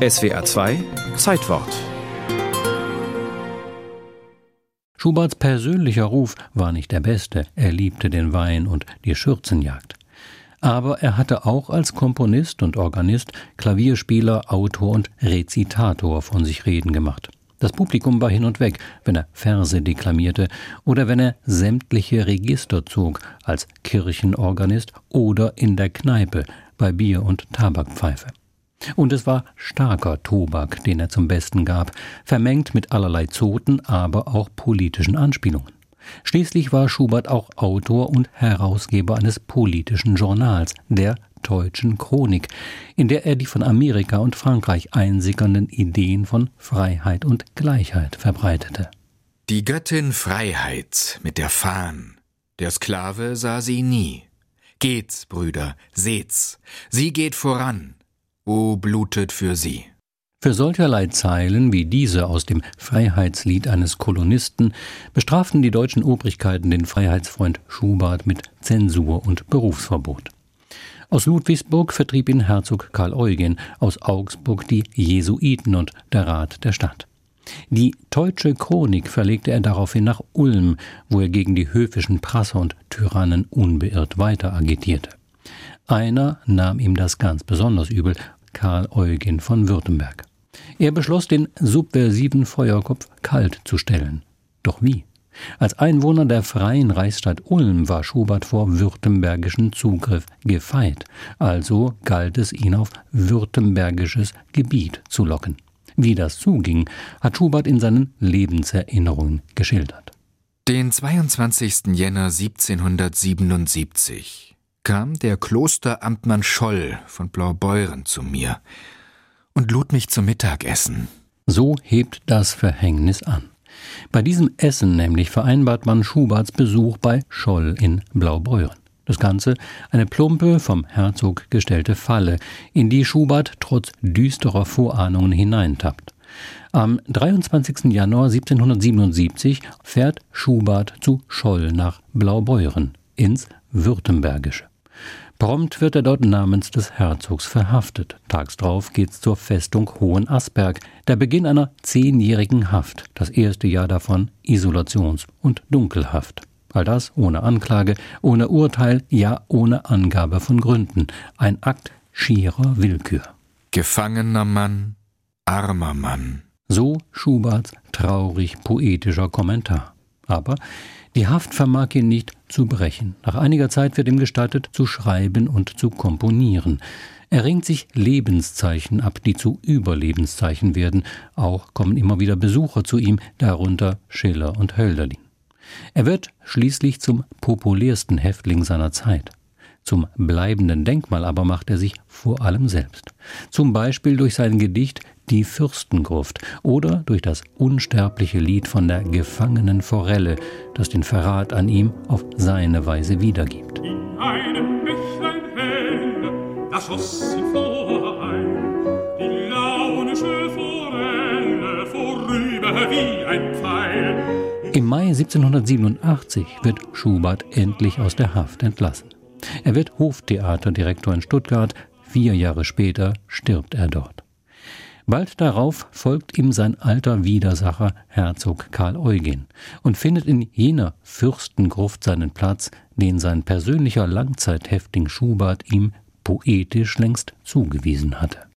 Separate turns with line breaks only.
SWR 2 Zeitwort.
Schuberts persönlicher Ruf war nicht der beste. Er liebte den Wein und die Schürzenjagd. Aber er hatte auch als Komponist und Organist, Klavierspieler, Autor und Rezitator von sich reden gemacht. Das Publikum war hin und weg, wenn er Verse deklamierte oder wenn er sämtliche Register zog, als Kirchenorganist oder in der Kneipe bei Bier und Tabakpfeife. Und es war starker Tobak, den er zum Besten gab, vermengt mit allerlei Zoten, aber auch politischen Anspielungen. Schließlich war Schubert auch Autor und Herausgeber eines politischen Journals, der Deutschen Chronik, in der er die von Amerika und Frankreich einsickernden Ideen von Freiheit und Gleichheit verbreitete.
Die Göttin Freiheit mit der Fahn, der Sklave sah sie nie. Geht's, Brüder, seht's, sie geht voran, o blutet für sie.
Für solcherlei Zeilen wie diese aus dem Freiheitslied eines Kolonisten bestraften die deutschen Obrigkeiten den Freiheitsfreund Schubert mit Zensur und Berufsverbot. Aus Ludwigsburg vertrieb ihn Herzog Karl Eugen, aus Augsburg die Jesuiten und der Rat der Stadt. Die Deutsche Chronik verlegte er daraufhin nach Ulm, wo er gegen die höfischen Prasser und Tyrannen unbeirrt weiter agitierte. Einer nahm ihm das ganz besonders übel, Karl Eugen von Württemberg. Er beschloss, den subversiven Feuerkopf kalt zu stellen. Doch wie? Als Einwohner der freien Reichsstadt Ulm war Schubert vor württembergischen Zugriff gefeit, also galt es, ihn auf württembergisches Gebiet zu locken. Wie das zuging, hat Schubert in seinen Lebenserinnerungen geschildert.
Den 22. Jänner 1777 kam der Klosteramtmann Scholl von Blaubeuren zu mir und lud mich zum Mittagessen.
So hebt das Verhängnis an. Bei diesem Essen nämlich vereinbart man Schuberts Besuch bei Scholl in Blaubeuren. Das Ganze eine plumpe, vom Herzog gestellte Falle, in die Schubert trotz düsterer Vorahnungen hineintappt. Am 23. Januar 1777 fährt Schubert zu Scholl nach Blaubeuren, ins Württembergische. Prompt wird er dort namens des Herzogs verhaftet. Tags drauf geht's zur Festung Hohenasperg, der Beginn einer 10-jährigen Haft, das erste Jahr davon Isolations- und Dunkelhaft. All das ohne Anklage, ohne Urteil, ja ohne Angabe von Gründen. Ein Akt schierer Willkür.
Gefangener Mann, armer Mann.
So Schuberts traurig poetischer Kommentar. Aber die Haft vermag ihn nicht zu brechen. Nach einiger Zeit wird ihm gestattet, zu schreiben und zu komponieren. Er ringt sich Lebenszeichen ab, die zu Überlebenszeichen werden. Auch kommen immer wieder Besucher zu ihm, darunter Schiller und Hölderlin. Er wird schließlich zum populärsten Häftling seiner Zeit. Zum bleibenden Denkmal aber macht er sich vor allem selbst. Zum Beispiel durch sein Gedicht »Die Fürstengruft« oder durch das unsterbliche Lied von der gefangenen Forelle, das den Verrat an ihm auf seine Weise wiedergibt.
In einem Bächlein hell, da schoss ihm vorein, die launische Forelle vorüber wie ein Pfeil.
Im Mai 1787 wird Schubert endlich aus der Haft entlassen. Er wird Hoftheaterdirektor in Stuttgart, 4 Jahre später stirbt er dort. Bald darauf folgt ihm sein alter Widersacher Herzog Karl Eugen und findet in jener Fürstengruft seinen Platz, den sein persönlicher Langzeithäftling Schubert ihm poetisch längst zugewiesen hatte.